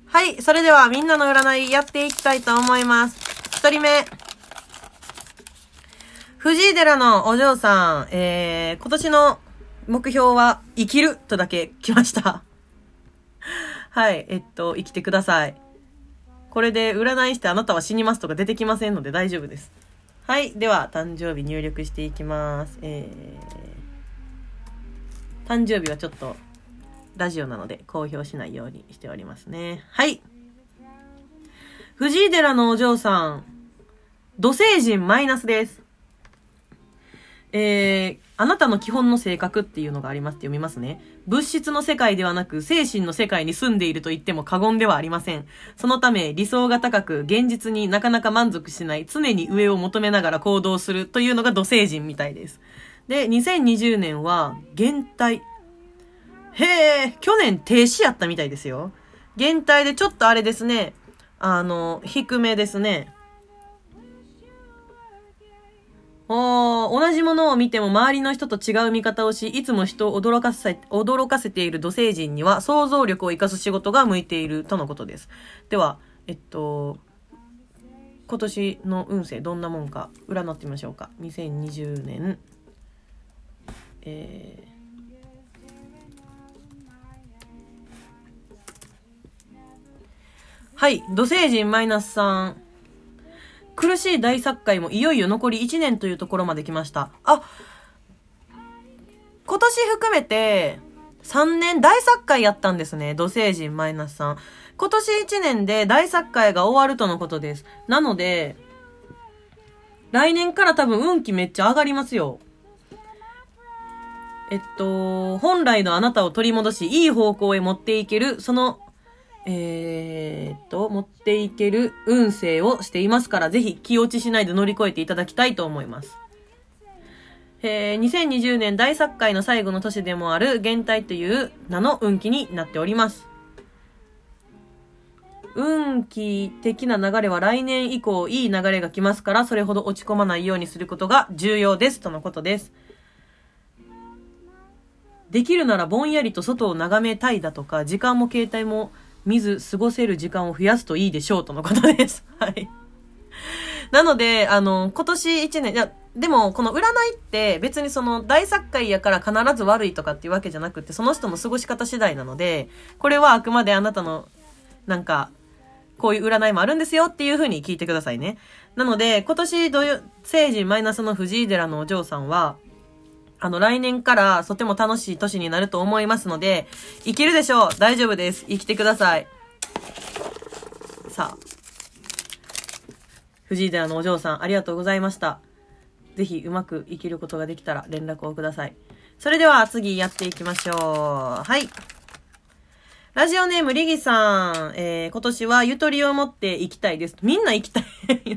はい、それではみんなの占いやっていきたいと思います。一人目。藤井寺のお嬢さん、今年の目標は生きるとだけ来ました。はい、生きてください。これで占いしてあなたは死にますとか出てきませんので大丈夫です。はい、では誕生日入力していきます。誕生日はちょっとラジオなので公表しないようにしておりますね。はい。藤井寺のお嬢さん、土星人マイナスです。あなたの基本の性格っていうのがありますって読みますね。物質の世界ではなく精神の世界に住んでいると言っても過言ではありません。そのため理想が高く現実になかなか満足しない、常に上を求めながら行動するというのが土星人みたいです。で、2020年は減退。へえ、去年停止やったみたいですよ。減退でちょっとあれですね。低めですね。同じものを見ても周りの人と違う見方をし、いつも人を驚かせている土星人には想像力を生かす仕事が向いているとのことです。では、今年の運勢どんなもんか占ってみましょうか。2020年。はい、土星人マイナス3。苦しい大作界もいよいよ残り1年というところまで来ました。あ、今年含めて3年大作界やったんですね。土星人マイナス3。今年1年で大作界が終わるとのことです。なので、来年から多分運気めっちゃ上がりますよ。本来のあなたを取り戻し、いい方向へ持っていける、持っていける運勢をしていますから、ぜひ気落ちしないで乗り越えていただきたいと思います。2020年大作界の最後の年でもある減退という名の運気になっております。運気的な流れは来年以降いい流れが来ますから、それほど落ち込まないようにすることが重要ですとのことです。できるならぼんやりと外を眺めたいだとか、時間も携帯も見ず過ごせる時間を増やすといいでしょうとのことです。はい。なので、今年1年、いや、でもこの占いって別にその大作界やから必ず悪いとかっていうわけじゃなくて、その人の過ごし方次第なので、これはあくまであなたのなんかこういう占いもあるんですよっていう風に聞いてくださいね。なので、今年土星人マイナスの藤井寺のお嬢さんは、来年からとても楽しい年になると思いますので、生きるでしょう。大丈夫です。生きてください。さあ。藤井寺のお嬢さん、ありがとうございました。ぜひうまく生きることができたら連絡をください。それでは次やっていきましょう。はい。ラジオネームリギさん、今年はゆとりを持って生きたいです。みんな生きたい。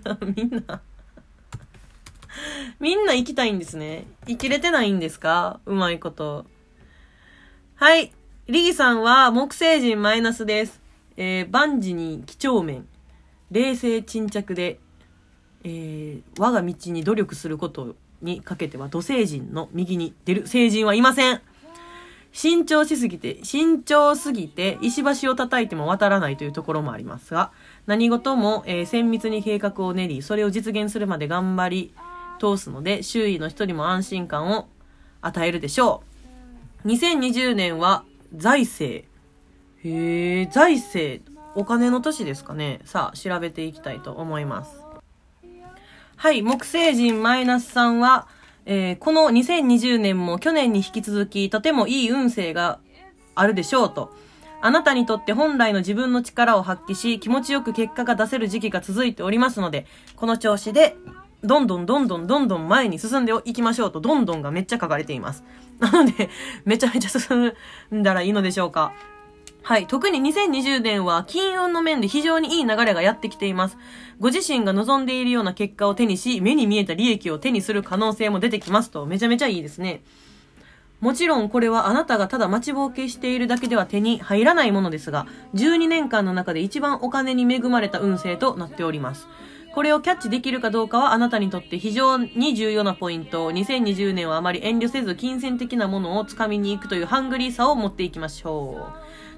みんな生きたいんですね。生きれてないんですか？うまいこと。はい。リギさんは木星人マイナスです。万事に几帳面。冷静沈着で、我が道に努力することにかけては土星人の右に出る星人はいません。慎重すぎて石橋を叩いても渡らないというところもありますが、何事も、綿密に計画を練り、それを実現するまで頑張り通すので、周囲の人にも安心感を与えるでしょう。2020年は財政。財政、お金の年ですかね。さあ、調べていきたいと思います。はい、木星人マイナス3は、この2020年も去年に引き続きとてもいい運勢があるでしょうと。あなたにとって本来の自分の力を発揮し、気持ちよく結果が出せる時期が続いておりますので、この調子でどんどん前に進んでいきましょうと、どんどんがめっちゃ書かれています。なので、めちゃめちゃ進んだらいいのでしょうか。はい。特に2020年は金運の面で非常にいい流れがやってきています。ご自身が望んでいるような結果を手にし、目に見えた利益を手にする可能性も出てきますと、めちゃめちゃいいですね。もちろんこれはあなたがただ待ちぼうけしているだけでは手に入らないものですが、12年間の中で一番お金に恵まれた運勢となっております。これをキャッチできるかどうかはあなたにとって非常に重要なポイント。2020年はあまり遠慮せず金銭的なものをつかみに行くというハングリーさを持っていきましょう。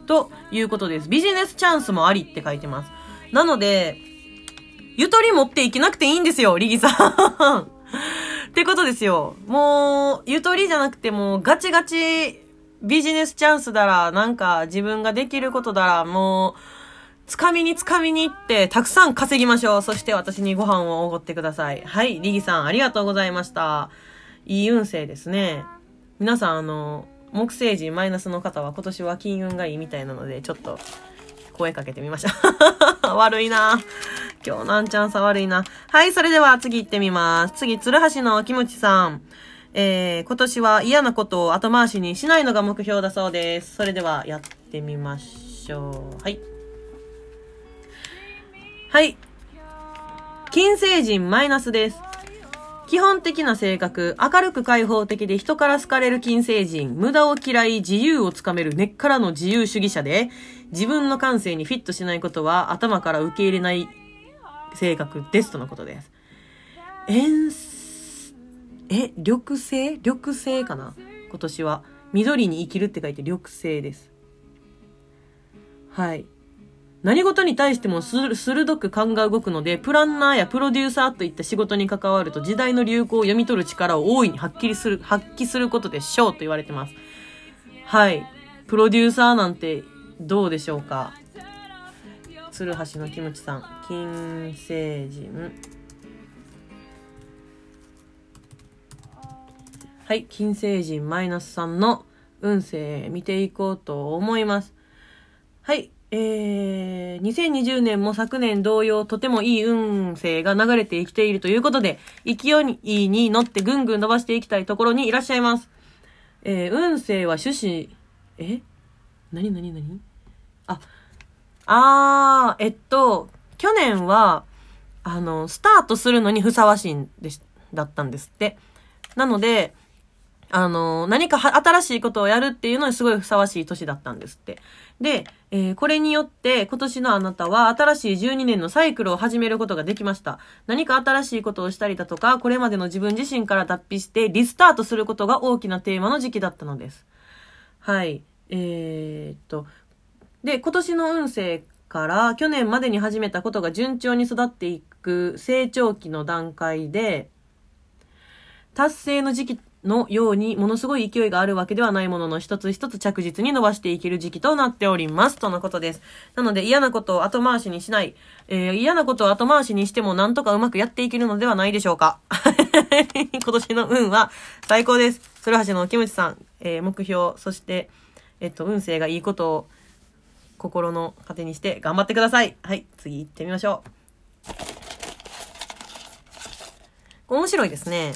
ということです。ビジネスチャンスもありって書いてます。なので、ゆとり持っていけなくていいんですよ、リギさん。ってことですよ。もう、ゆとりじゃなくてもうガチガチビジネスチャンスだら、なんか自分ができることだら、もう、つかみに行ってたくさん稼ぎましょう。そして私にご飯をおごってください。はい、リギさんありがとうございました。いい運勢ですね。皆さん木星人マイナスの方は今年は金運がいいみたいなので、ちょっと声かけてみました。悪いな。今日なんちゃんさ悪いな。はい、それでは次行ってみます。次、鶴橋のキムチさん。今年は嫌なことを後回しにしないのが目標だそうです。それではやってみましょう。はい。はい。金星人マイナスです。基本的な性格、明るく開放的で人から好かれる金星人、無駄を嫌い、自由をつかめる根っからの自由主義者で、自分の感性にフィットしないことは頭から受け入れない性格ですとのことです。緑星かな、今年は。緑に生きるって書いて緑星です。はい。何事に対しても鋭く勘が動くので、プランナーやプロデューサーといった仕事に関わると時代の流行を読み取る力を大いに発揮することでしょうと言われてます。はい。プロデューサーなんてどうでしょうか。鶴橋のキムチさん、金星人。はい、金星人マイナスさんの運勢見ていこうと思います。はい。2020年も昨年同様とてもいい運勢が流れてきているということで、勢いに乗ってぐんぐん伸ばしていきたいところにいらっしゃいます。運勢は趣旨、何去年は、スタートするのにふさわしいだったんですって。なので、何か新しいことをやるっていうのにすごいふさわしい年だったんですって。で、これによって今年のあなたは新しい12年のサイクルを始めることができました。何か新しいことをしたりだとか、これまでの自分自身から脱皮してリスタートすることが大きなテーマの時期だったのです。はい。で、今年の運勢から去年までに始めたことが順調に育っていく成長期の段階で、達成の時期のようにものすごい勢いがあるわけではないものの、一つ一つ着実に伸ばしていける時期となっておりますとのことです。なので嫌なことを後回しにしない、嫌なことを後回しにしてもなんとかうまくやっていけるのではないでしょうか。今年の運は最高です。鶴橋のキムチさん、目標、そして運勢がいいことを心の糧にして頑張ってください。はい、次行ってみましょう。面白いですね。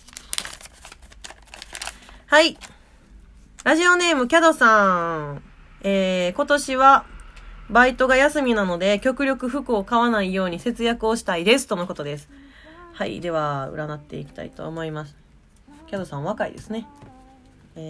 はい。ラジオネームキャドさん。今年はバイトが休みなので極力服を買わないように節約をしたいですとのことです。はい。では占っていきたいと思います。キャドさん若いですね。はい。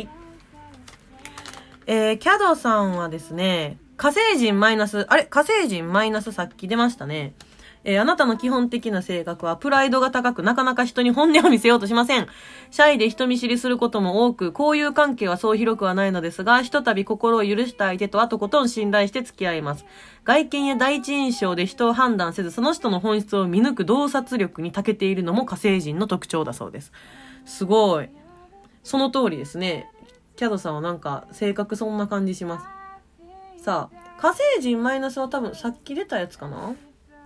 キャドさんはですね、火星人マイナスさっき出ましたね。あなたの基本的な性格はプライドが高く、なかなか人に本音を見せようとしません。シャイで人見知りすることも多く、交友関係はそう広くはないのですが、ひとたび心を許した相手とはとことん信頼して付き合います。外見や第一印象で人を判断せず、その人の本質を見抜く洞察力に長けているのも火星人の特徴だそうです。すごい。その通りですね。キャドさんはなんか性格そんな感じします。さあ、火星人マイナスは多分さっき出たやつかな？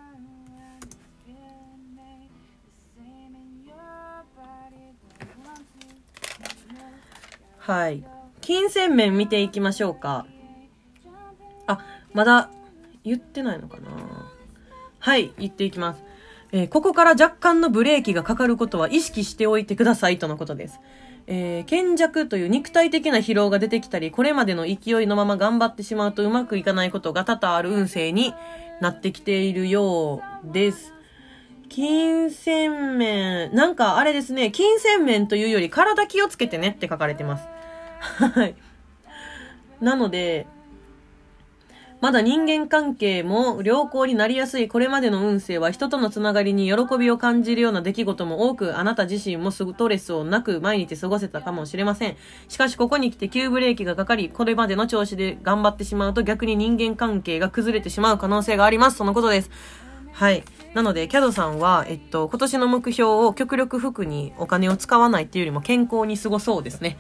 はい。金銭面見ていきましょうか。あ、まだ言ってないのかな。はい、言っていきます。ここから若干のブレーキがかかることは意識しておいてくださいとのことです。健弱という肉体的な疲労が出てきたり、これまでの勢いのまま頑張ってしまうとうまくいかないことが多々ある運勢になってきているようです。金銭面、なんかあれですね、金銭面というより体気をつけてねって書かれてます。はい。なので、 まだ人間関係も良好になりやすいこれまでの運勢は人とのつながりに喜びを感じるような出来事も多く、あなた自身もストレスをなく毎日過ごせたかもしれません。しかしここに来て急ブレーキがかかり、これまでの調子で頑張ってしまうと逆に人間関係が崩れてしまう可能性があります。そのことです。はい。なので、キャドさんは、今年の目標を極力服にお金を使わないっていうよりも健康に過ごそうですね。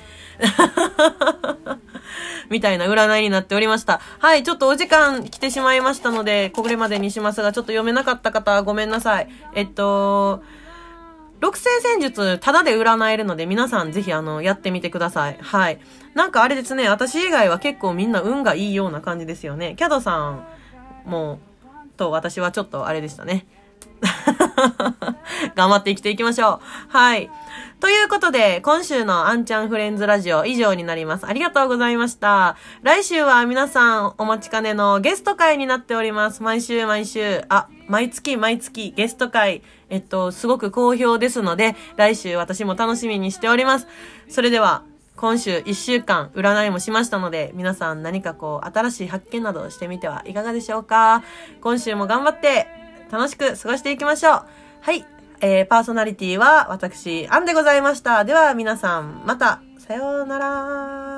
みたいな占いになっておりました。はい、ちょっとお時間来てしまいましたので、これまでにしますが、ちょっと読めなかった方はごめんなさい。六星占術、ただで占えるので、皆さんぜひやってみてください。はい。なんかあれですね、私以外は結構みんな運がいいような感じですよね。キャドさんも、と私はちょっとあれでしたね。頑張って生きていきましょう。はい。ということで、今週のあんちゃんフレンズラジオ以上になります。ありがとうございました。来週は皆さんお待ちかねのゲスト会になっております。毎週、毎月ゲスト会、すごく好評ですので、来週私も楽しみにしております。それでは、今週1週間占いもしましたので、皆さん何か新しい発見などをしてみてはいかがでしょうか。今週も頑張って楽しく過ごしていきましょう。はい。パーソナリティは私、アンでございました。では皆さん、また、さようなら。